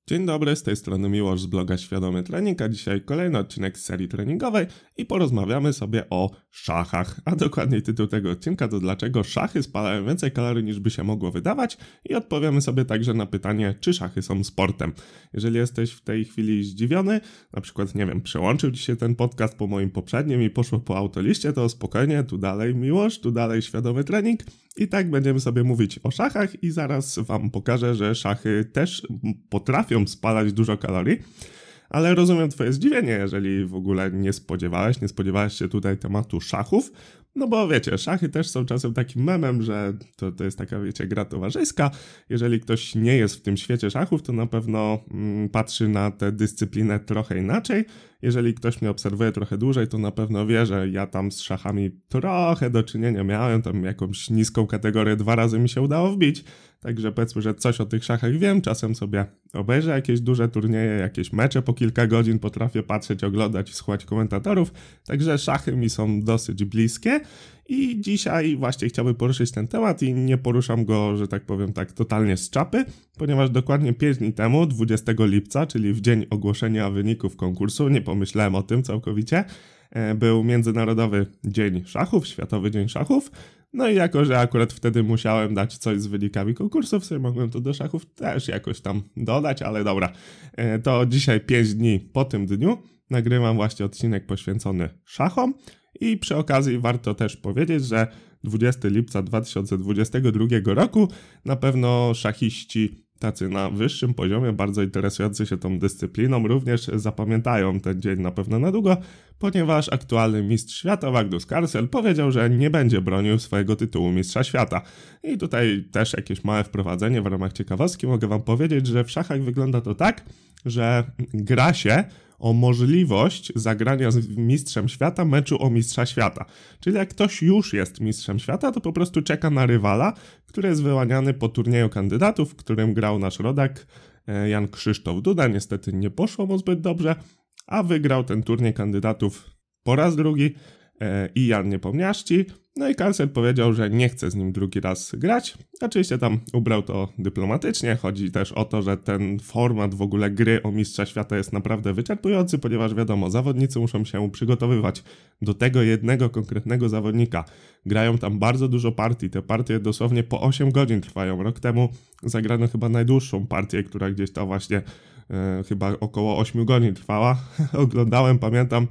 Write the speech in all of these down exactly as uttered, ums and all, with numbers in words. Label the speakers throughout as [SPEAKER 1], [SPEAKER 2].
[SPEAKER 1] Dzień dobry, z tej strony Miłosz z bloga Świadomy Trening, a dzisiaj kolejny odcinek z serii treningowej i porozmawiamy sobie o szachach, a dokładniej tytuł tego odcinka to dlaczego szachy spalają więcej kalorii niż by się mogło wydawać i odpowiemy sobie także na pytanie, czy szachy są sportem. Jeżeli jesteś w tej chwili zdziwiony, na przykład, nie wiem, przełączył ci się ten podcast po moim poprzednim i poszło po autoliście, to spokojnie, tu dalej Miłosz, tu dalej Świadomy Trening. I tak będziemy sobie mówić o szachach i zaraz wam pokażę, że szachy też potrafią spalać dużo kalorii, ale rozumiem twoje zdziwienie, jeżeli w ogóle nie spodziewałeś, nie spodziewałeś się tutaj tematu szachów, no bo wiecie, szachy też są czasem takim memem, że to, to jest taka, wiecie, gra towarzyska. Jeżeli ktoś nie jest w tym świecie szachów, to na pewno mm, patrzy na tę dyscyplinę trochę inaczej. Jeżeli ktoś mnie obserwuje trochę dłużej, to na pewno wie, że ja tam z szachami trochę do czynienia miałem, tam jakąś niską kategorię dwa razy mi się udało wbić. Także powiedzmy, że coś o tych szachach wiem, czasem sobie obejrzę jakieś duże turnieje, jakieś mecze po kilka godzin, potrafię patrzeć, oglądać i słuchać komentatorów, także szachy mi są dosyć bliskie i dzisiaj właśnie chciałbym poruszyć ten temat i nie poruszam go, że tak powiem tak totalnie z czapy, ponieważ dokładnie pięć dni temu, dwudziestego lipca, czyli w dzień ogłoszenia wyników konkursu, nie pomyślałem o tym całkowicie, był Międzynarodowy Dzień Szachów, Światowy Dzień Szachów. No i jako, że akurat wtedy musiałem dać coś z wynikami konkursów, sobie mogłem to do szachów też jakoś tam dodać, ale dobra. To dzisiaj pięć dni po tym dniu nagrywam właśnie odcinek poświęcony szachom i przy okazji warto też powiedzieć, że dwudziestego lipca dwa tysiące dwudziestego drugiego roku na pewno szachiści tacy na wyższym poziomie, bardzo interesujący się tą dyscypliną, również zapamiętają ten dzień na pewno na długo, ponieważ aktualny mistrz świata Magnus Carlsen powiedział, że nie będzie bronił swojego tytułu mistrza świata. I tutaj też jakieś małe wprowadzenie w ramach ciekawostki. Mogę wam powiedzieć, że w szachach wygląda to tak, że gra się o możliwość zagrania z mistrzem świata meczu o mistrza świata. Czyli jak ktoś już jest mistrzem świata, to po prostu czeka na rywala, który jest wyłaniany po turnieju kandydatów, w którym grał nasz rodak Jan Krzysztof Duda. Niestety nie poszło mu zbyt dobrze, a wygrał ten turniej kandydatów po raz drugi i Jan Niepomniaczci. No i Carlsen powiedział, że nie chce z nim drugi raz grać. Oczywiście tam ubrał to dyplomatycznie. Chodzi też o to, że ten format w ogóle gry o mistrza świata jest naprawdę wyczerpujący, ponieważ wiadomo, zawodnicy muszą się przygotowywać do tego jednego konkretnego zawodnika. Grają tam bardzo dużo partii. Te partie dosłownie po osiem godzin trwają. Rok temu zagrano chyba najdłuższą partię, która gdzieś tam właśnie e, chyba około ośmiu godzin trwała. Oglądałem, pamiętam,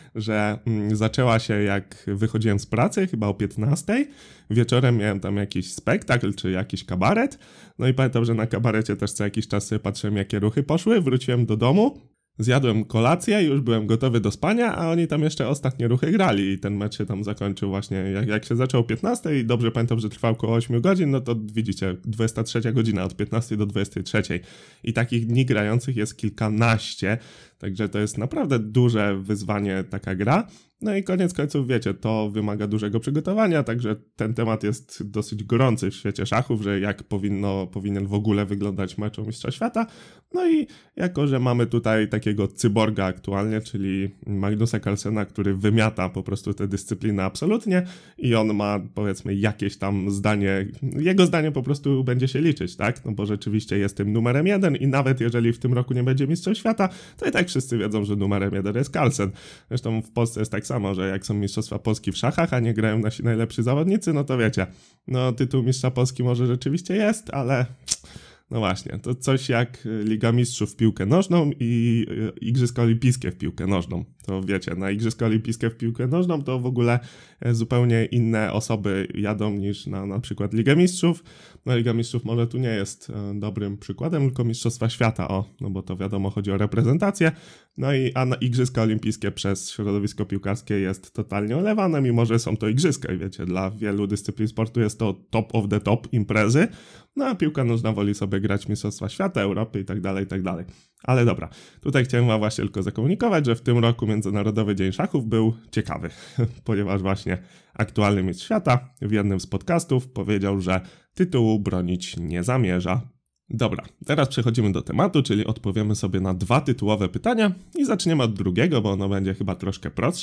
[SPEAKER 1] że mm, zaczęła się jak wychodziłem z pracy, chyba o piętnastej. Wieczorem miałem tam jakiś spektakl, czy jakiś kabaret. No i pamiętam, że na kabarecie też co jakiś czas sobie patrzyłem, jakie ruchy poszły. Wróciłem do domu, zjadłem kolację, już byłem gotowy do spania, a oni tam jeszcze ostatnie ruchy grali i ten mecz się tam zakończył właśnie, jak, jak się zaczął o piętnastej i dobrze pamiętam, że trwał około ośmiu godzin, no to widzicie, dwudziesta trzecia godzina, od piętnastej do dwudziestej trzeciej. I takich dni grających jest kilkanaście, także to jest naprawdę duże wyzwanie taka gra. No i koniec końców, wiecie, to wymaga dużego przygotowania, także ten temat jest dosyć gorący w świecie szachów, że jak powinno, powinien w ogóle wyglądać mecz o mistrza świata. No i jako, że mamy tutaj takiego cyborga aktualnie, czyli Magnusa Carlsena, który wymiata po prostu tę dyscyplinę absolutnie i on ma, powiedzmy, jakieś tam zdanie, jego zdanie po prostu będzie się liczyć, tak? No bo rzeczywiście jest tym numerem jeden i nawet jeżeli w tym roku nie będzie mistrzem świata, to i tak wszyscy wiedzą, że numerem jeden jest Carlsen. Zresztą w Polsce jest tak samo, że jak są mistrzostwa Polski w szachach, a nie grają nasi najlepsi zawodnicy, no to wiecie, no tytuł mistrza Polski może rzeczywiście jest, ale no właśnie, to coś jak Liga Mistrzów w piłkę nożną i Igrzyska Olimpijskie w piłkę nożną. To wiecie, na Igrzyska Olimpijskie w piłkę nożną to w ogóle zupełnie inne osoby jadą niż na na przykład Ligę Mistrzów. No Liga Mistrzów może tu nie jest dobrym przykładem, tylko Mistrzostwa Świata, o, no bo to wiadomo, chodzi o reprezentację. No i a na Igrzyska Olimpijskie przez środowisko piłkarskie jest totalnie olewane, mimo że są to igrzyska i wiecie, dla wielu dyscyplin sportu jest to top of the top imprezy. No a piłka nożna woli sobie grać Mistrzostwa Świata, Europy i tak dalej, i tak dalej. Ale dobra, tutaj chciałem wam właśnie tylko zakomunikować, że w tym roku Międzynarodowy Dzień Szachów był ciekawy, ponieważ właśnie aktualny mistrz świata w jednym z podcastów powiedział, że tytułu bronić nie zamierza. Dobra, teraz przechodzimy do tematu, czyli odpowiemy sobie na dwa tytułowe pytania i zaczniemy od drugiego, bo ono będzie chyba troszkę prostsze,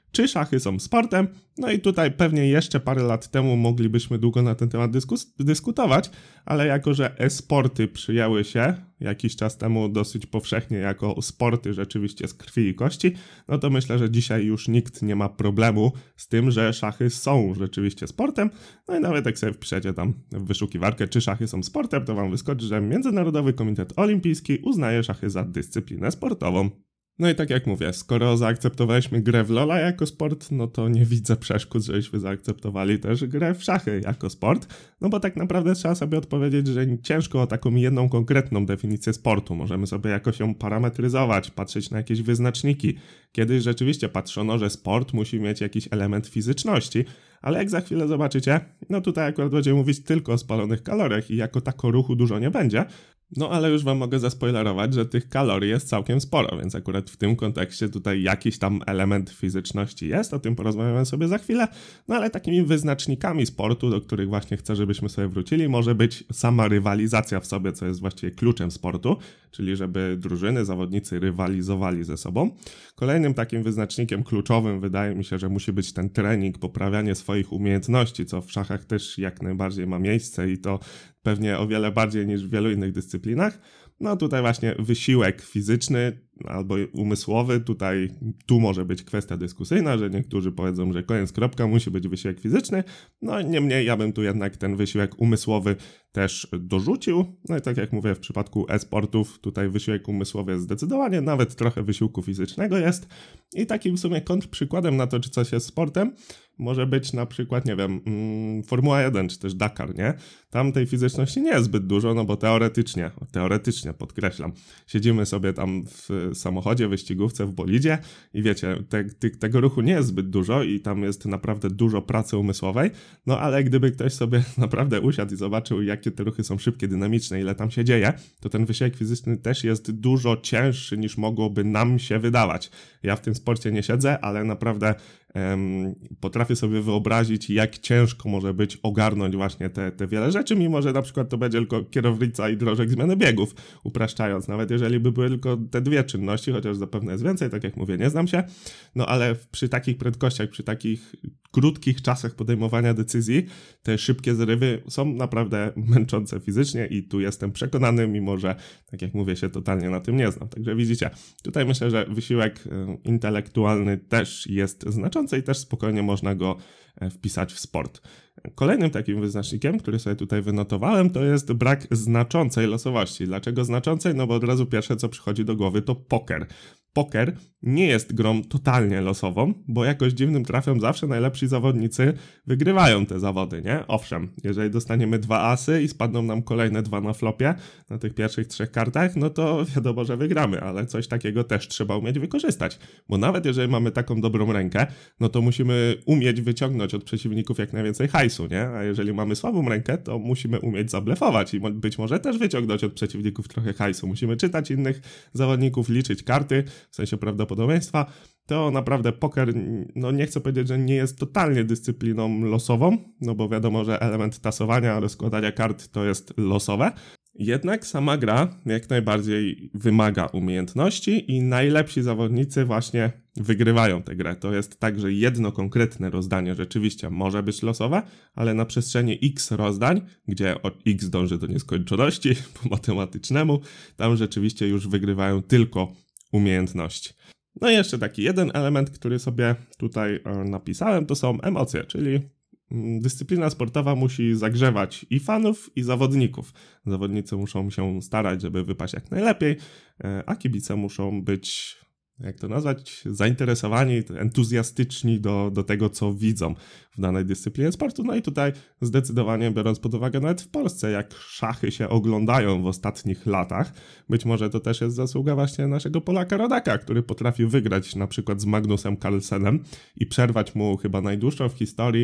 [SPEAKER 1] Czy szachy są sportem? No i tutaj pewnie jeszcze parę lat temu moglibyśmy długo na ten temat dyskus- dyskutować, ale jako że e-sporty przyjęły się jakiś czas temu dosyć powszechnie jako sporty rzeczywiście z krwi i kości, no to myślę, że dzisiaj już nikt nie ma problemu z tym, że szachy są rzeczywiście sportem. No i nawet jak sobie wpiszecie tam w wyszukiwarkę, czy szachy są sportem, to wam wyskoczy, że Międzynarodowy Komitet Olimpijski uznaje szachy za dyscyplinę sportową. No i tak jak mówię, skoro zaakceptowaliśmy grę w LoL'a jako sport, no to nie widzę przeszkód, żebyśmy zaakceptowali też grę w szachy jako sport, no bo tak naprawdę trzeba sobie odpowiedzieć, że ciężko o taką jedną konkretną definicję sportu. Możemy sobie jakoś ją parametryzować, patrzeć na jakieś wyznaczniki. Kiedyś rzeczywiście patrzono, że sport musi mieć jakiś element fizyczności, ale jak za chwilę zobaczycie, no tutaj akurat będziemy mówić tylko o spalonych kaloriach i jako tako ruchu dużo nie będzie. No ale już wam mogę zaspoilerować, że tych kalorii jest całkiem sporo, więc akurat w tym kontekście tutaj jakiś tam element fizyczności jest, o tym porozmawiamy sobie za chwilę, no ale takimi wyznacznikami sportu, do których właśnie chcę, żebyśmy sobie wrócili, może być sama rywalizacja w sobie, co jest właściwie kluczem sportu, czyli żeby drużyny, zawodnicy rywalizowali ze sobą. Kolejnym takim wyznacznikiem kluczowym wydaje mi się, że musi być ten trening, poprawianie swoich umiejętności, co w szachach też jak najbardziej ma miejsce i to pewnie o wiele bardziej niż w wielu innych dyscyplinach. No tutaj właśnie wysiłek fizyczny albo umysłowy, tutaj tu może być kwestia dyskusyjna, że niektórzy powiedzą, że koniec kropka, musi być wysiłek fizyczny, no niemniej ja bym tu jednak ten wysiłek umysłowy też dorzucił. No i tak jak mówię, w przypadku e-sportów tutaj wysiłek umysłowy jest zdecydowanie, nawet trochę wysiłku fizycznego jest i takim w sumie kontrprzykładem na to, czy coś jest sportem, może być na przykład, nie wiem, mm, Formuła jeden czy też Dakar, nie? Tam tej fizyczności nie jest zbyt dużo, no bo teoretycznie, teoretycznie podkreślam, siedzimy sobie tam w samochodzie, wyścigówce, w bolidzie i wiecie, te, te, tego ruchu nie jest zbyt dużo i tam jest naprawdę dużo pracy umysłowej, no ale gdyby ktoś sobie naprawdę usiadł i zobaczył, jakie te ruchy są szybkie, dynamiczne, ile tam się dzieje, to ten wysiłek fizyczny też jest dużo cięższy niż mogłoby nam się wydawać. Ja w tym sporcie nie siedzę, ale naprawdę Um, potrafię sobie wyobrazić, jak ciężko może być ogarnąć właśnie te, te wiele rzeczy, mimo że na przykład to będzie tylko kierownica i drążek zmiany biegów, upraszczając, nawet jeżeli by były tylko te dwie czynności, chociaż zapewne jest więcej, tak jak mówię, nie znam się, no ale przy takich prędkościach, przy takich krótkich czasach podejmowania decyzji, te szybkie zrywy są naprawdę męczące fizycznie i tu jestem przekonany, mimo że, tak jak mówię, się totalnie na tym nie znam. Także widzicie, tutaj myślę, że wysiłek intelektualny też jest znaczący i też spokojnie można go wpisać w sport. Kolejnym takim wyznacznikiem, który sobie tutaj wynotowałem, to jest brak znaczącej losowości. Dlaczego znaczącej? No bo od razu pierwsze, co przychodzi do głowy, to poker. Poker nie jest grą totalnie losową, bo jakoś dziwnym trafem zawsze najlepsi zawodnicy wygrywają te zawody, nie? Owszem, jeżeli dostaniemy dwa asy i spadną nam kolejne dwa na flopie, na tych pierwszych trzech kartach, no to wiadomo, że wygramy, ale coś takiego też trzeba umieć wykorzystać, bo nawet jeżeli mamy taką dobrą rękę, no to musimy umieć wyciągnąć od przeciwników jak najwięcej hajsu, nie? A jeżeli mamy słabą rękę, to musimy umieć zablefować i być może też wyciągnąć od przeciwników trochę hajsu. Musimy czytać innych zawodników, liczyć karty, w sensie prawdopodobieństwa, to naprawdę poker, no nie chcę powiedzieć, że nie jest totalnie dyscypliną losową, no bo wiadomo, że element tasowania, rozkładania kart to jest losowe, jednak sama gra jak najbardziej wymaga umiejętności i najlepsi zawodnicy właśnie wygrywają tę grę. To jest tak, że jedno konkretne rozdanie rzeczywiście może być losowe, ale na przestrzeni x rozdań, gdzie x dąży do nieskończoności po matematycznemu, tam rzeczywiście już wygrywają tylko umiejętności. No i jeszcze taki jeden element, który sobie tutaj napisałem, to są emocje, czyli dyscyplina sportowa musi zagrzewać i fanów, i zawodników. Zawodnicy muszą się starać, żeby wypaść jak najlepiej, a kibice muszą być, jak to nazwać, zainteresowani, entuzjastyczni do, do tego, co widzą w danej dyscyplinie sportu. No i tutaj zdecydowanie, biorąc pod uwagę nawet w Polsce, jak szachy się oglądają w ostatnich latach, być może to też jest zasługa właśnie naszego Polaka Rodaka, który potrafi wygrać na przykład z Magnusem Carlsenem i przerwać mu chyba najdłuższą w historii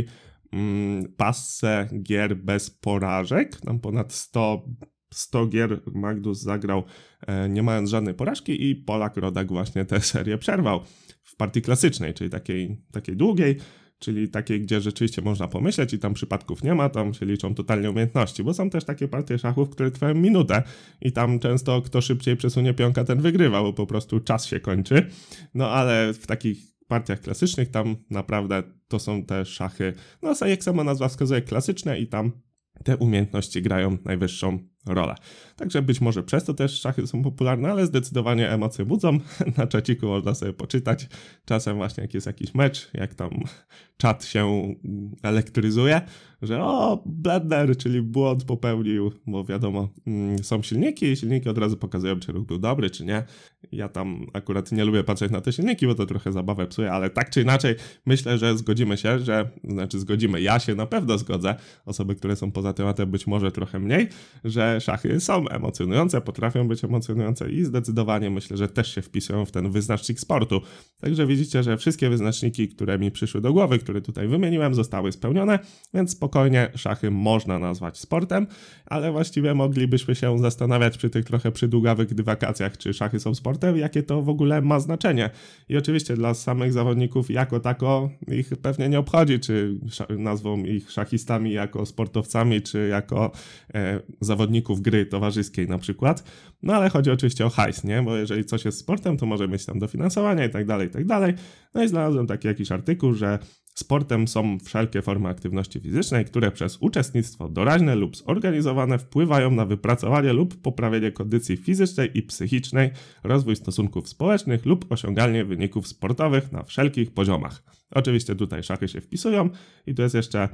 [SPEAKER 1] mm, passę gier bez porażek. Tam ponad sto sto gier Magnus zagrał e, nie mając żadnej porażki i Polak Rodak właśnie tę serię przerwał w partii klasycznej, czyli takiej, takiej długiej, czyli takiej, gdzie rzeczywiście można pomyśleć i tam przypadków nie ma, tam się liczą totalnie umiejętności, bo są też takie partie szachów, które trwają minutę i tam często kto szybciej przesunie pionka, ten wygrywa, bo po prostu czas się kończy. No ale w takich partiach klasycznych tam naprawdę to są te szachy, no jak sama nazwa wskazuje, klasyczne i tam te umiejętności grają najwyższą rolę. Także być może przez to też szachy są popularne, ale zdecydowanie emocje budzą. Na czaciku można sobie poczytać czasem właśnie jak jest jakiś mecz, jak tam czat się elektryzuje, że o, blender, czyli błąd popełnił, bo wiadomo, są silniki i silniki od razu pokazują, czy ruch był dobry, czy nie. Ja tam akurat nie lubię patrzeć na te silniki, bo to trochę zabawę psuje, ale tak czy inaczej myślę, że zgodzimy się, że, znaczy zgodzimy, ja się na pewno zgodzę, osoby, które są poza tematem być może trochę mniej, że szachy są emocjonujące, potrafią być emocjonujące i zdecydowanie myślę, że też się wpisują w ten wyznacznik sportu. Także widzicie, że wszystkie wyznaczniki, które mi przyszły do głowy, które tutaj wymieniłem, zostały spełnione, więc spokojnie szachy można nazwać sportem, ale właściwie moglibyśmy się zastanawiać przy tych trochę przydługawych wakacjach, czy szachy są sportem, jakie to w ogóle ma znaczenie. I oczywiście dla samych zawodników jako tako ich pewnie nie obchodzi, czy nazwą ich szachistami jako sportowcami, czy jako e, zawodników gry towarzyskiej na przykład. No ale chodzi oczywiście o hajs, nie? Bo jeżeli coś jest sportem, to może mieć tam dofinansowania i tak dalej, i tak dalej. No i znalazłem taki jakiś artykuł, że sportem są wszelkie formy aktywności fizycznej, które przez uczestnictwo doraźne lub zorganizowane wpływają na wypracowanie lub poprawienie kondycji fizycznej i psychicznej, rozwój stosunków społecznych lub osiąganie wyników sportowych na wszelkich poziomach. Oczywiście tutaj szachy się wpisują i tu jest jeszcze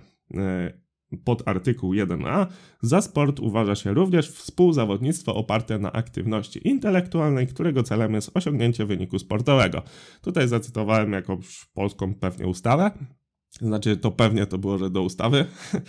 [SPEAKER 1] yy, pod artykuł jeden a. Za sport uważa się również współzawodnictwo oparte na aktywności intelektualnej, którego celem jest osiągnięcie wyniku sportowego. Tutaj zacytowałem jakąś polską pewnie ustawę. Znaczy to pewnie to było, że do ustawy,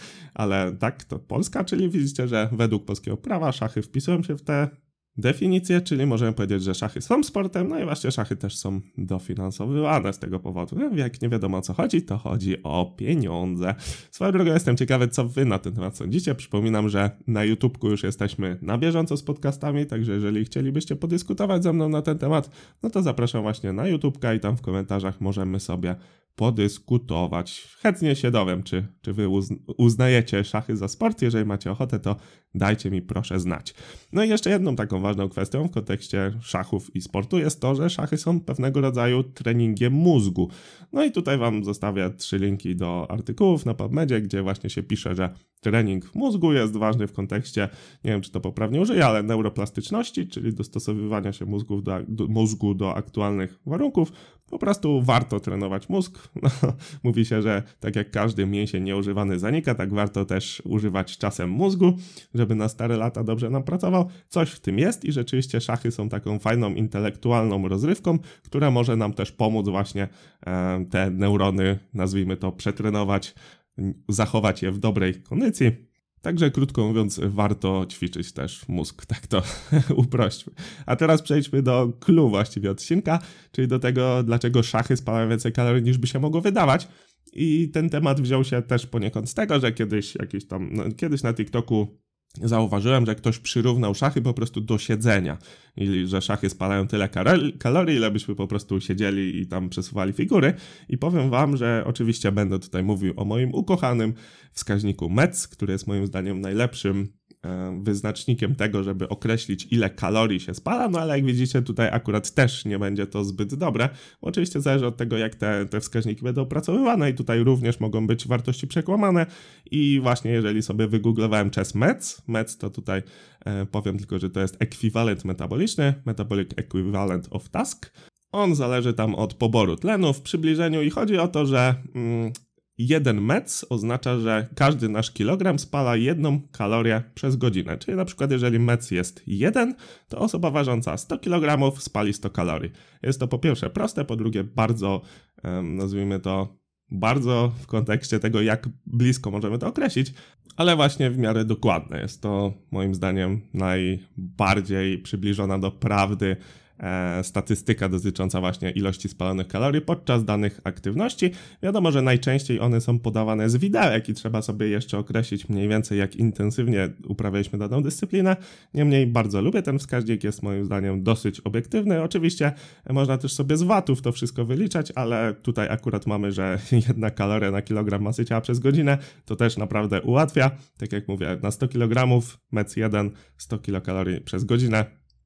[SPEAKER 1] ale tak, to Polska, czyli widzicie, że według polskiego prawa szachy wpisują się w te definicje, czyli możemy powiedzieć, że szachy są sportem, no i właśnie szachy też są dofinansowywane z tego powodu. No, jak nie wiadomo o co chodzi, to chodzi o pieniądze. Swoją drogą jestem ciekawy, co wy na ten temat sądzicie. Przypominam, że na YouTubku już jesteśmy na bieżąco z podcastami, także jeżeli chcielibyście podyskutować ze mną na ten temat, no to zapraszam właśnie na YouTubka i tam w komentarzach możemy sobie podyskutować. Chętnie się dowiem, czy, czy wy uznajecie szachy za sport. Jeżeli macie ochotę, to dajcie mi proszę znać. No i jeszcze jedną taką ważną kwestią w kontekście szachów i sportu jest to, że szachy są pewnego rodzaju treningiem mózgu. No i tutaj wam zostawię trzy linki do artykułów na PubMedzie, gdzie właśnie się pisze, że trening mózgu jest ważny w kontekście, nie wiem czy to poprawnie użyję, ale neuroplastyczności, czyli dostosowywania się mózgu do, do, mózgu do aktualnych warunków. Po prostu warto trenować mózg. No, mówi się, że tak jak każdy mięsień nieużywany zanika, tak warto też używać czasem mózgu, żeby na stare lata dobrze nam pracował. Coś w tym jest i rzeczywiście szachy są taką fajną, intelektualną rozrywką, która może nam też pomóc właśnie e, te neurony, nazwijmy to, przetrenować, zachować je w dobrej kondycji. Także krótko mówiąc, warto ćwiczyć też mózg, tak to uprośćmy. A teraz przejdźmy do clou właściwie odcinka, czyli do tego, dlaczego szachy spalają więcej kalorii niż by się mogło wydawać. I ten temat wziął się też poniekąd z tego, że kiedyś jakiś tam, no, kiedyś na TikToku zauważyłem, że ktoś przyrównał szachy po prostu do siedzenia. I że szachy spalają tyle kalorii, ile byśmy po prostu siedzieli i tam przesuwali figury. I powiem wam, że oczywiście będę tutaj mówił o moim ukochanym wskaźniku M E C, który jest moim zdaniem najlepszym wyznacznikiem tego, żeby określić, ile kalorii się spala, no ale jak widzicie tutaj akurat też nie będzie to zbyt dobre, bo oczywiście zależy od tego, jak te, te wskaźniki będą opracowywane i tutaj również mogą być wartości przekłamane i właśnie jeżeli sobie wygooglowałem czas M E C, M E C to tutaj e, powiem tylko, że to jest ekwiwalent metaboliczny, metabolic equivalent of task, on zależy tam od poboru tlenu w przybliżeniu i chodzi o to, że mm, jeden M E C oznacza, że każdy nasz kilogram spala jedną kalorię przez godzinę. Czyli na przykład jeżeli M E C jest jeden, to osoba ważąca sto kilogramów spali sto kalorii. Jest to po pierwsze proste, po drugie bardzo, um, nazwijmy to, bardzo w kontekście tego, jak blisko możemy to określić, ale właśnie w miarę dokładne. Jest to moim zdaniem najbardziej przybliżona do prawdy statystyka dotycząca właśnie ilości spalonych kalorii podczas danych aktywności. Wiadomo, że najczęściej one są podawane z widełek i trzeba sobie jeszcze określić mniej więcej, jak intensywnie uprawialiśmy daną dyscyplinę. Niemniej bardzo lubię ten wskaźnik, jest moim zdaniem dosyć obiektywny. Oczywiście można też sobie z watów to wszystko wyliczać, ale tutaj akurat mamy, że jedna kaloria na kilogram masy ciała przez godzinę to też naprawdę ułatwia. Tak jak mówię, na sto kilogramów M E C jeden, sto kilokalorii przez godzinę.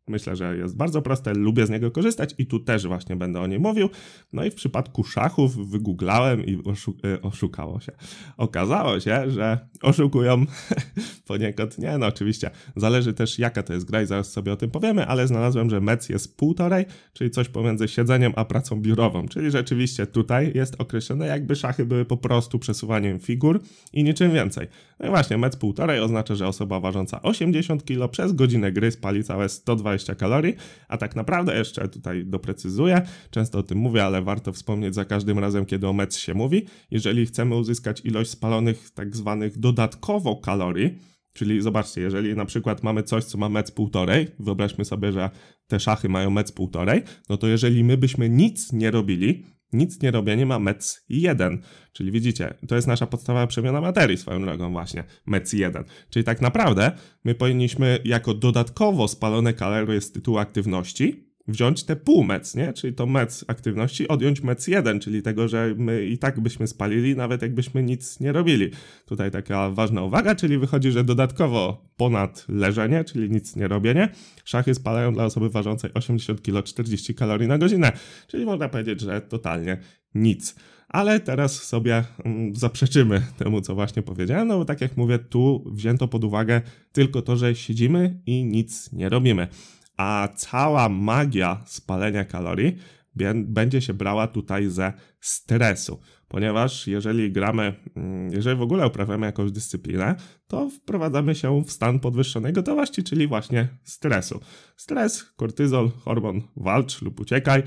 [SPEAKER 1] Myślę, że jest bardzo proste, lubię z niego korzystać i tu też właśnie będę o niej mówił. No i w przypadku szachów wygooglałem i oszu oszukało się. Okazało się, że oszukują poniekąd. Nie, no oczywiście, zależy też jaka to jest gra i zaraz sobie o tym powiemy, ale znalazłem, że mecz jest półtorej, czyli coś pomiędzy siedzeniem a pracą biurową, czyli rzeczywiście tutaj jest określone, jakby szachy były po prostu przesuwaniem figur i niczym więcej. No i właśnie, mecz półtorej oznacza, że osoba ważąca osiemdziesiąt kilo przez godzinę gry spali całe sto dwadzieścia kalorii, a tak naprawdę jeszcze tutaj doprecyzuję, często o tym mówię, ale warto wspomnieć za każdym razem, kiedy o mecz się mówi, jeżeli chcemy uzyskać ilość spalonych tak zwanych dodatkowo kalorii, czyli zobaczcie, jeżeli na przykład mamy coś, co ma mec półtorej, wyobraźmy sobie, że te szachy mają mec półtorej, no to jeżeli my byśmy nic nie robili, nic nie robienie ma mec jeden, czyli widzicie, to jest nasza podstawowa przemiana materii swoją drogą właśnie, mec jeden. Czyli tak naprawdę my powinniśmy jako dodatkowo spalone kalorie z tytułu aktywności wziąć te pół mec, nie? Czyli to mec aktywności, odjąć mec jeden, czyli tego, że my i tak byśmy spalili, nawet jakbyśmy nic nie robili. Tutaj taka ważna uwaga, czyli wychodzi, że dodatkowo ponad leżenie, czyli nic nie robienie, szachy spalają dla osoby ważącej osiemdziesiąt kilo czterdzieści kalorii na godzinę, czyli można powiedzieć, że totalnie nic. Ale teraz sobie mm, zaprzeczymy temu, co właśnie powiedziałem, no bo tak jak mówię, tu wzięto pod uwagę tylko to, że siedzimy i nic nie robimy. A cała magia spalenia kalorii będzie się brała tutaj ze stresu, ponieważ jeżeli gramy, jeżeli w ogóle uprawiamy jakąś dyscyplinę, to wprowadzamy się w stan podwyższonej gotowości, czyli właśnie stresu. Stres, kortyzol, hormon walcz lub uciekaj.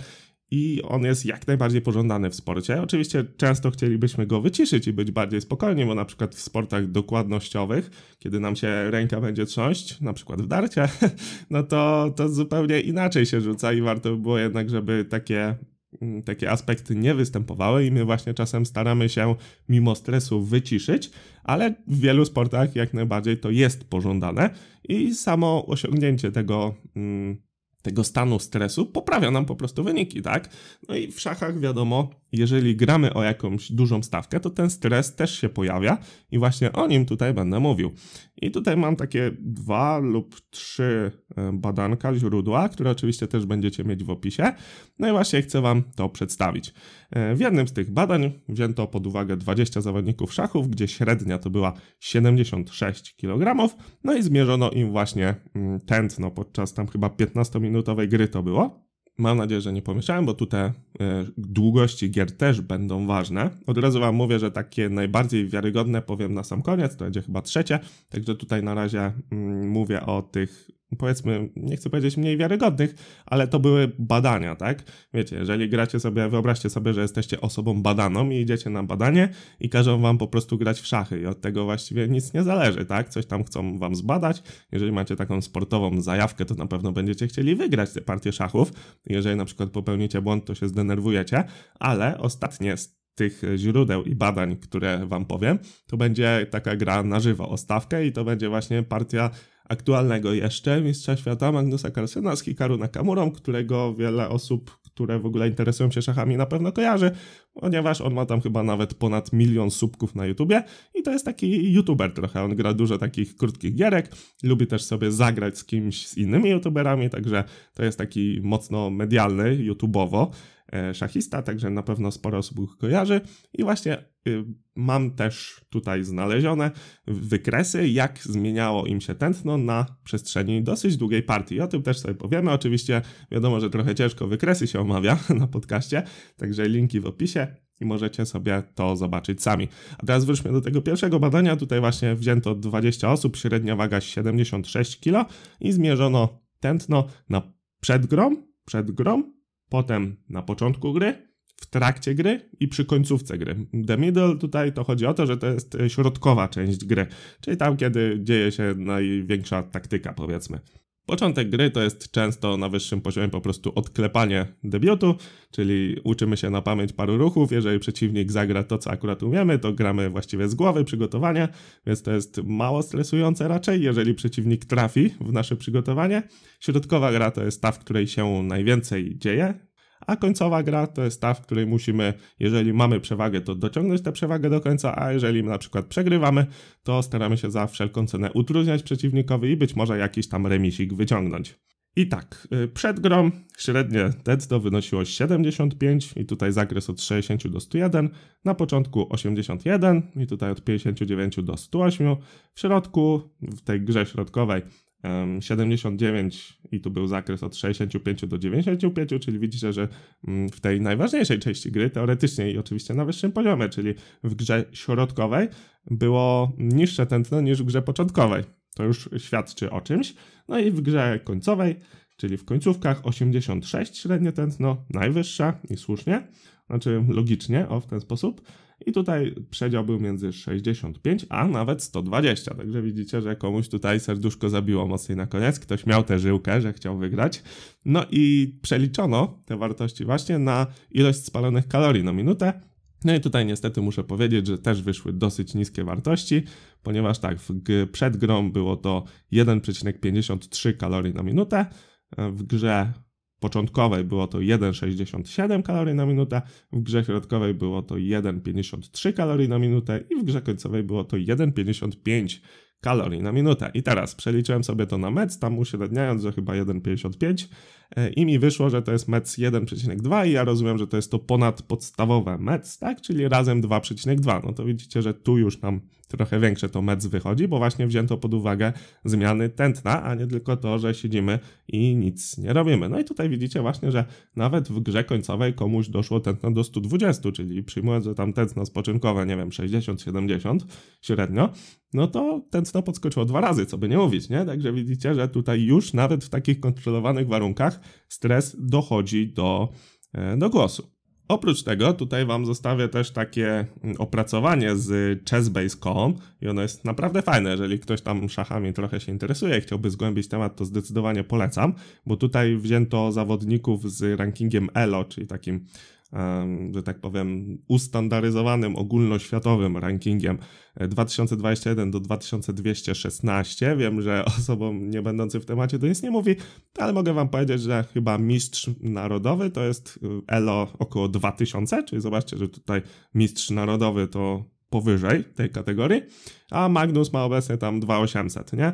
[SPEAKER 1] I on jest jak najbardziej pożądany w sporcie. Oczywiście często chcielibyśmy go wyciszyć i być bardziej spokojni, bo na przykład w sportach dokładnościowych, kiedy nam się ręka będzie trząść, na przykład w darcie, no to, to zupełnie inaczej się rzuca i warto by było jednak, żeby takie, takie aspekty nie występowały i my właśnie czasem staramy się mimo stresu wyciszyć, ale w wielu sportach jak najbardziej to jest pożądane i samo osiągnięcie tego... Mm, tego stanu stresu poprawia nam po prostu wyniki, tak? No i w szachach wiadomo, jeżeli gramy o jakąś dużą stawkę, to ten stres też się pojawia i właśnie o nim tutaj będę mówił. I tutaj mam takie dwa lub trzy badanka, źródła, które oczywiście też będziecie mieć w opisie. No i właśnie chcę wam to przedstawić. W jednym z tych badań wzięto pod uwagę dwudziestu zawodników szachów, gdzie średnia to była siedemdziesiąt sześć kilogramów, no i zmierzono im właśnie tętno podczas tam chyba piętnastominutowej gry to było. Mam nadzieję, że nie pomyślałem, bo tutaj e, długości gier też będą ważne. Od razu wam mówię, że takie najbardziej wiarygodne powiem na sam koniec, to będzie chyba trzecie, także tutaj na razie mm, mówię o tych, powiedzmy, nie chcę powiedzieć mniej wiarygodnych, ale to były badania, tak? Wiecie, jeżeli gracie sobie, wyobraźcie sobie, że jesteście osobą badaną i idziecie na badanie i każą wam po prostu grać w szachy i od tego właściwie nic nie zależy, tak? Coś tam chcą wam zbadać. Jeżeli macie taką sportową zajawkę, to na pewno będziecie chcieli wygrać tę partię szachów. Jeżeli na przykład popełnicie błąd, to się zdenerwujecie, ale ostatnie z tych źródeł i badań, które wam powiem, to będzie taka gra na żywo o stawkę i to będzie właśnie partia aktualnego jeszcze mistrza świata Magnusa Carlsena z Hikaru Nakamurą, którego wiele osób, które w ogóle interesują się szachami, na pewno kojarzy, ponieważ on ma tam chyba nawet ponad milion subków na YouTubie i to jest taki youtuber trochę, on gra dużo takich krótkich gierek, lubi też sobie zagrać z kimś, z innymi youtuberami, także to jest taki mocno medialny, youtubowo szachista, także na pewno sporo osób go kojarzy i właśnie y, mam też tutaj znalezione wykresy, jak zmieniało im się tętno na przestrzeni dosyć długiej partii. O tym też sobie powiemy. Oczywiście wiadomo, że trochę ciężko wykresy się omawia na podcaście, także linki w opisie i możecie sobie to zobaczyć sami. A teraz wróćmy do tego pierwszego badania. Tutaj właśnie wzięto dwadzieścia osób, średnia waga siedemdziesiąt sześć kilo i zmierzono tętno na przed grą, przed grą, potem na początku gry, w trakcie gry i przy końcówce gry. The middle tutaj to chodzi o to, że to jest środkowa część gry, czyli tam, kiedy dzieje się największa taktyka, powiedzmy. Początek gry to jest często na wyższym poziomie po prostu odklepanie debiutu, czyli uczymy się na pamięć paru ruchów, jeżeli przeciwnik zagra to, co akurat umiemy, to gramy właściwie z głowy, przygotowanie, więc to jest mało stresujące raczej, jeżeli przeciwnik trafi w nasze przygotowanie. Środkowa gra to jest ta, w której się najwięcej dzieje, a końcowa gra to jest ta, w której musimy, jeżeli mamy przewagę, to dociągnąć tę przewagę do końca, a jeżeli na przykład przegrywamy, to staramy się za wszelką cenę utrudniać przeciwnikowi i być może jakiś tam remisik wyciągnąć. I tak, przed grą średnie tętno wynosiło siedemdziesiąt pięć i tutaj zakres od sześćdziesiąt do stu jeden, na początku osiemdziesiąt jeden i tutaj od pięćdziesięciu dziewięciu do stu ośmiu, w środku, w tej grze środkowej siedemdziesiąt dziewięć i tu był zakres od sześćdziesięciu pięciu do dziewięćdziesięciu pięciu, czyli widzicie, że w tej najważniejszej części gry, teoretycznie i oczywiście na wyższym poziomie, czyli w grze środkowej, było niższe tętno niż w grze początkowej. To już świadczy o czymś. No i w grze końcowej, czyli w końcówkach osiemdziesiąt sześć średnie tętno, najwyższe i słusznie, znaczy logicznie, o w ten sposób. I tutaj przedział był między sześćdziesiąt pięć a nawet sto dwadzieścia, także widzicie, że komuś tutaj serduszko zabiło mocniej na koniec, ktoś miał tę żyłkę, że chciał wygrać. No i przeliczono te wartości właśnie na ilość spalonych kalorii na minutę. No i tutaj niestety muszę powiedzieć, że też wyszły dosyć niskie wartości, ponieważ tak, w g- przed grą było to jeden przecinek pięćdziesiąt trzy kalorii na minutę, w grze początkowej było to jeden przecinek sześćdziesiąt siedem kalorii na minutę, w grze środkowej było to jeden przecinek pięćdziesiąt trzy kalorii na minutę i w grze końcowej było to jeden przecinek pięćdziesiąt pięć kalorii na minutę. I teraz przeliczyłem sobie to na mec, tam uśredniając, że chyba jeden przecinek pięćdziesiąt pięć i mi wyszło, że to jest mec jeden przecinek dwa i ja rozumiem, że to jest to ponadpodstawowe mec, tak? Czyli razem dwa przecinek dwa. No to widzicie, że tu już nam trochę większe to mec wychodzi, bo właśnie wzięto pod uwagę zmiany tętna, a nie tylko to, że siedzimy i nic nie robimy. No i tutaj widzicie właśnie, że nawet w grze końcowej komuś doszło tętno do stu dwudziestu, czyli przyjmując, że tam tętno spoczynkowe, nie wiem, sześćdziesiąt siedemdziesiąt średnio, no to tętno podskoczyło dwa razy, co by nie mówić, nie? Także widzicie, że tutaj już nawet w takich kontrolowanych warunkach stres dochodzi do, do głosu. Oprócz tego tutaj wam zostawię też takie opracowanie z chessbase kropka com i ono jest naprawdę fajne, jeżeli ktoś tam szachami trochę się interesuje i chciałby zgłębić temat, to zdecydowanie polecam, bo tutaj wzięto zawodników z rankingiem elo, czyli takim, że tak powiem, ustandaryzowanym, ogólnoświatowym rankingiem dwa tysiące dwudziesty pierwszy do dwa tysiące dwieście szesnaście. Wiem, że osobom nie będącym w temacie to nic nie mówi, ale mogę wam powiedzieć, że chyba mistrz narodowy to jest elo około dwa tysiące, czyli zobaczcie, że tutaj mistrz narodowy to powyżej tej kategorii, a Magnus ma obecnie tam dwa tysiące osiemset, nie?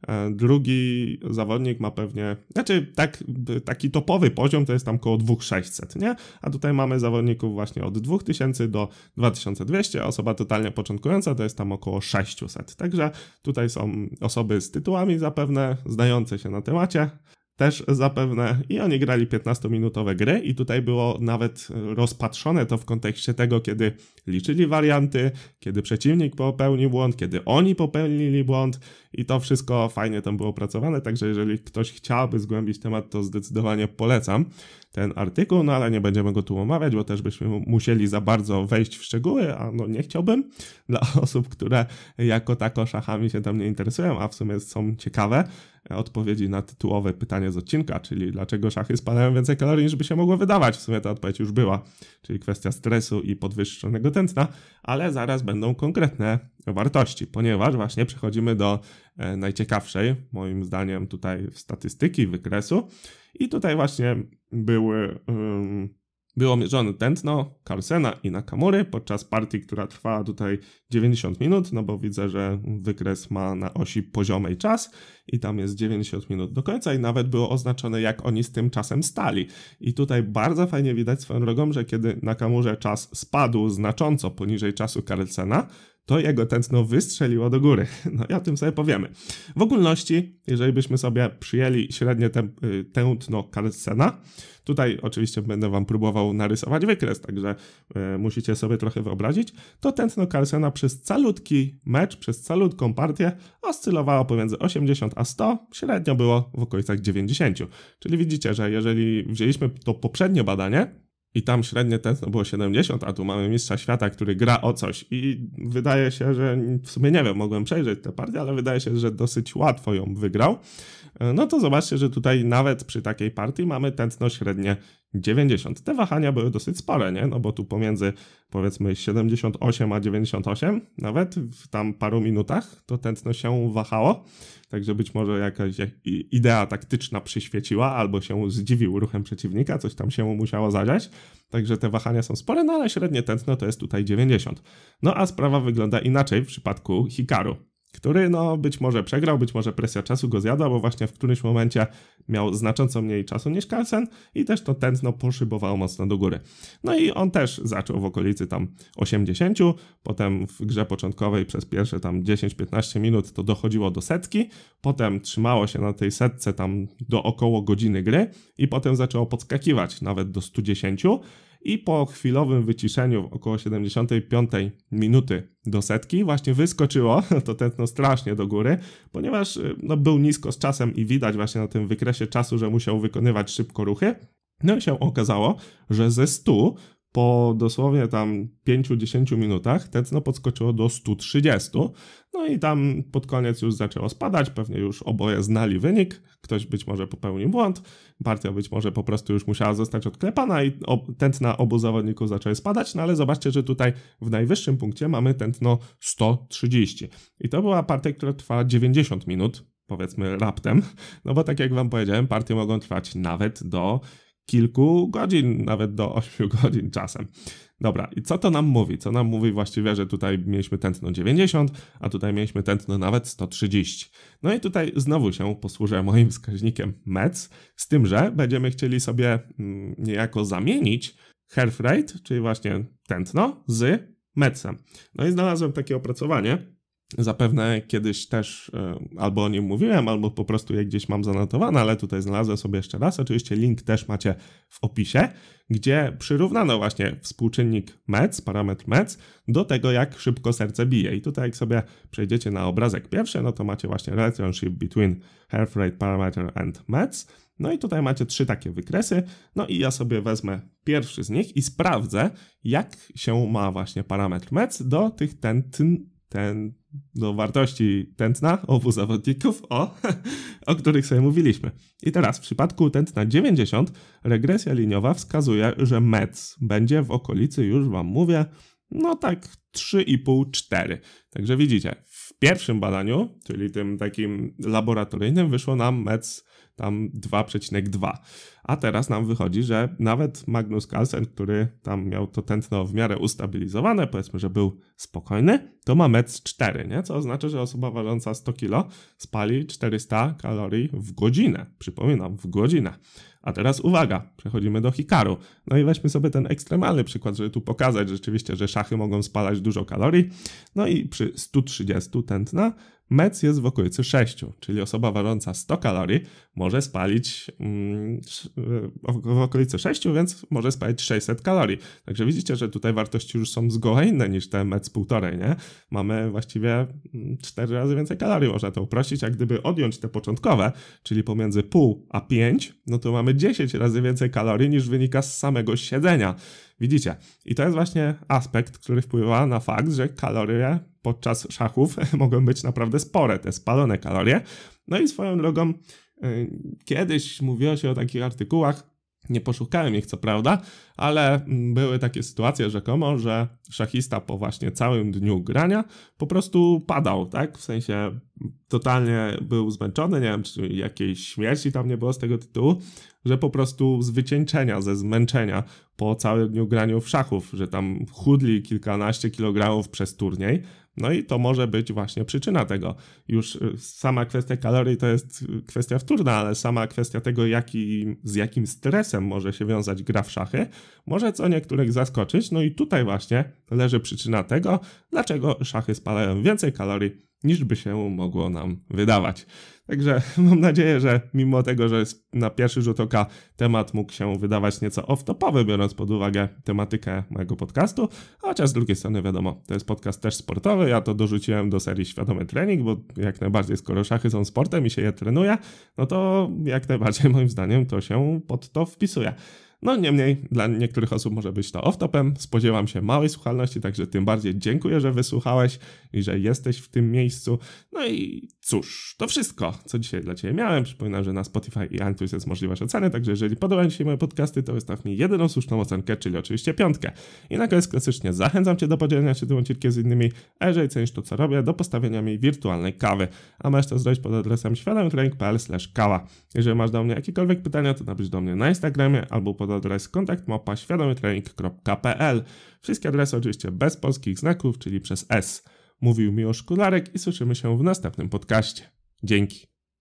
[SPEAKER 1] Drugi zawodnik ma pewnie, znaczy tak, taki topowy poziom to jest tam około dwa tysiące sześćset, nie? A tutaj mamy zawodników właśnie od dwa tysiące do dwa tysiące dwieście, a osoba totalnie początkująca to jest tam około sześćset. Także tutaj są osoby z tytułami zapewne, znające się na temacie, też zapewne i oni grali piętnastominutowe gry i tutaj było nawet rozpatrzone to w kontekście tego, kiedy liczyli warianty, kiedy przeciwnik popełnił błąd, kiedy oni popełnili błąd i to wszystko fajnie tam było opracowane, także jeżeli ktoś chciałby zgłębić temat, to zdecydowanie polecam ten artykuł, no ale nie będziemy go tu omawiać, bo też byśmy musieli za bardzo wejść w szczegóły, a no nie chciałbym dla osób, które jako tako szachami się tam nie interesują, a w sumie są ciekawe odpowiedzi na tytułowe pytanie z odcinka, czyli dlaczego szachy spalają więcej kalorii niż by się mogło wydawać. W sumie ta odpowiedź już była, czyli kwestia stresu i podwyższonego tętna, ale zaraz będą konkretne wartości, ponieważ właśnie przechodzimy do e, najciekawszej, moim zdaniem tutaj statystyki, wykresu i tutaj właśnie były... Um, Było mierzone tętno Carlsena i Nakamury podczas partii, która trwała tutaj dziewięćdziesiąt minut, no bo widzę, że wykres ma na osi poziomej czas i tam jest dziewięćdziesiąt minut do końca i nawet było oznaczone, jak oni z tym czasem stali. I tutaj bardzo fajnie widać swoją drogą, że kiedy Nakamurze czas spadł znacząco poniżej czasu Carlsena, to jego tętno wystrzeliło do góry. No i o tym sobie powiemy. W ogólności, jeżeli byśmy sobie przyjęli średnie tętno Carlsena, tutaj oczywiście będę wam próbował narysować wykres, także y, musicie sobie trochę wyobrazić, to tętno Carlsena przez calutki mecz, przez calutką partię oscylowało pomiędzy osiemdziesiąt a sto, średnio było w okolicach dziewięćdziesiąt. Czyli widzicie, że jeżeli wzięliśmy to poprzednie badanie, i tam średnie tętno było siedemdziesiąt, a tu mamy mistrza świata, który gra o coś i wydaje się, że w sumie nie wiem, mogłem przejrzeć tę partię, ale wydaje się, że dosyć łatwo ją wygrał. No to zobaczcie, że tutaj nawet przy takiej partii mamy tętno średnie dziewięćdziesiąt. Te wahania były dosyć spore, nie? No bo tu pomiędzy powiedzmy siedemdziesiąt osiem a dziewięćdziesiąt osiem, nawet w tam paru minutach to tętno się wahało. Także być może jakaś idea taktyczna przyświeciła, albo się zdziwił ruchem przeciwnika, coś tam się musiało zadziać. Także te wahania są spore, no ale średnie tętno to jest tutaj dziewięćdziesiąt. No a sprawa wygląda inaczej w przypadku Hikaru. który no być może przegrał, być może presja czasu go zjadła, bo właśnie w którymś momencie miał znacząco mniej czasu niż Carlsen i też to tętno poszybowało mocno do góry. No i on też zaczął w okolicy tam osiemdziesiąt, potem w grze początkowej przez pierwsze tam dziesięć piętnaście minut to dochodziło do setki, potem trzymało się na tej setce tam do około godziny gry i potem zaczęło podskakiwać nawet do stu dziesięciu. I po chwilowym wyciszeniu około siedemdziesiątej piątej minuty do setki właśnie wyskoczyło to tętno strasznie do góry, ponieważ no, był nisko z czasem i widać właśnie na tym wykresie czasu, że musiał wykonywać szybko ruchy. No i się okazało, że ze stu po dosłownie tam pięciu do dziesięciu minutach tętno podskoczyło do stu trzydziestu. No i tam pod koniec już zaczęło spadać, pewnie już oboje znali wynik, ktoś być może popełnił błąd, partia być może po prostu już musiała zostać odklepana i tętna obu zawodników zaczęły spadać, no ale zobaczcie, że tutaj w najwyższym punkcie mamy tętno sto trzydzieści. I to była partia, która trwała dziewięćdziesiąt minut, powiedzmy raptem, no bo tak jak wam powiedziałem, partie mogą trwać nawet do kilku godzin, nawet do ośmiu godzin czasem. Dobra, i co to nam mówi? Co nam mówi właściwie, że tutaj mieliśmy tętno dziewięćdziesiąt, a tutaj mieliśmy tętno nawet sto trzydzieści. No i tutaj znowu się posłużę moim wskaźnikiem M E C, z tym, że będziemy chcieli sobie mm, niejako zamienić heart rate, czyli właśnie tętno, z M E C-em. No i znalazłem takie opracowanie. Zapewne kiedyś też y, albo o nim mówiłem, albo po prostu je gdzieś mam zanotowane, ale tutaj znalazłem sobie jeszcze raz. Oczywiście link też macie w opisie, gdzie przyrównano właśnie współczynnik M E C, parametr M E C, do tego, jak szybko serce bije. I tutaj jak sobie przejdziecie na obrazek pierwszy, no to macie właśnie relationship between heart rate parameter and M E C. No i tutaj macie trzy takie wykresy, no i ja sobie wezmę pierwszy z nich i sprawdzę, jak się ma właśnie parametr M E C do tych tętn, ten, do wartości tętna obu zawodników, o, o których sobie mówiliśmy. I teraz w przypadku tętna dziewięćdziesiąt regresja liniowa wskazuje, że M E C będzie w okolicy, już wam mówię, no tak trzy i pół do czterech. Także widzicie, w pierwszym badaniu, czyli tym takim laboratoryjnym, wyszło nam M E C tam dwa przecinek dwa. A teraz nam wychodzi, że nawet Magnus Carlsen, który tam miał to tętno w miarę ustabilizowane, powiedzmy, że był spokojny, to ma M E C cztery, nie? Co oznacza, że osoba ważąca sto kilo spali czterysta kalorii w godzinę. Przypominam, w godzinę. A teraz uwaga, przechodzimy do Hikaru. No i weźmy sobie ten ekstremalny przykład, żeby tu pokazać rzeczywiście, że szachy mogą spalać dużo kalorii. No i przy stu trzydziestu tętna M E C jest w okolicy sześciu, czyli osoba ważąca sto kalorii może spalić mm, w okolicy sześciu, więc może spalić sześćset kalorii. Także widzicie, że tutaj wartości już są zgoła inne niż te M E C półtorej, nie? Mamy właściwie cztery razy więcej kalorii, można to uprościć, a gdyby odjąć te początkowe, czyli pomiędzy pół a pięć, no to mamy dziesięć razy więcej kalorii niż wynika z samego siedzenia. Widzicie? I to jest właśnie aspekt, który wpływa na fakt, że kalorie podczas szachów mogą być naprawdę spore, te spalone kalorie. No i swoją drogą, yy, kiedyś mówiło się o takich artykułach, nie poszukałem ich co prawda, ale były takie sytuacje rzekomo, że szachista po właśnie całym dniu grania po prostu padał, tak? W sensie totalnie był zmęczony, nie wiem, czy jakiejś śmierci tam nie było z tego tytułu, że po prostu z wycieńczenia, ze zmęczenia po całym dniu graniu w szachów, że tam chudli kilkanaście kilogramów przez turniej. No i to może być właśnie przyczyna tego. Już sama kwestia kalorii to jest kwestia wtórna, ale sama kwestia tego, jaki, z jakim stresem może się wiązać gra w szachy, może co niektórych zaskoczyć. No i tutaj właśnie leży przyczyna tego, dlaczego szachy spalają więcej kalorii, niż by się mogło nam wydawać. Także mam nadzieję, że mimo tego, że na pierwszy rzut oka temat mógł się wydawać nieco off-topowy, biorąc pod uwagę tematykę mojego podcastu, chociaż z drugiej strony wiadomo, to jest podcast też sportowy, ja to dorzuciłem do serii Świadomy Trening, bo jak najbardziej skoro szachy są sportem i się je trenuje, no to jak najbardziej moim zdaniem to się pod to wpisuje. No niemniej, dla niektórych osób może być to off-topem, spodziewam się małej słuchalności, także tym bardziej dziękuję, że wysłuchałeś i że jesteś w tym miejscu. No i cóż, to wszystko, co dzisiaj dla Ciebie miałem. Przypominam, że na Spotify i iTunes jest możliwość oceny, także jeżeli podobają Ci się moje podcasty, to wystaw mi jedyną słuszną ocenkę, czyli oczywiście piątkę. I na koniec klasycznie zachęcam Cię do podzielenia się tym odcinkiem z innymi, a jeżeli cenisz to, co robię, do postawienia mi wirtualnej kawy. A możesz to zrobić pod adresem świadomytrening kropka p l slash kawa. Jeżeli masz do mnie jakiekolwiek pytania, to napisz do mnie na Instagramie albo pod adres kontakt małpa świadomy trening kropka p l. Wszystkie adresy oczywiście bez polskich znaków, czyli przez S. Mówił Miłosz Kularek i słyszymy się w następnym podcaście. Dzięki.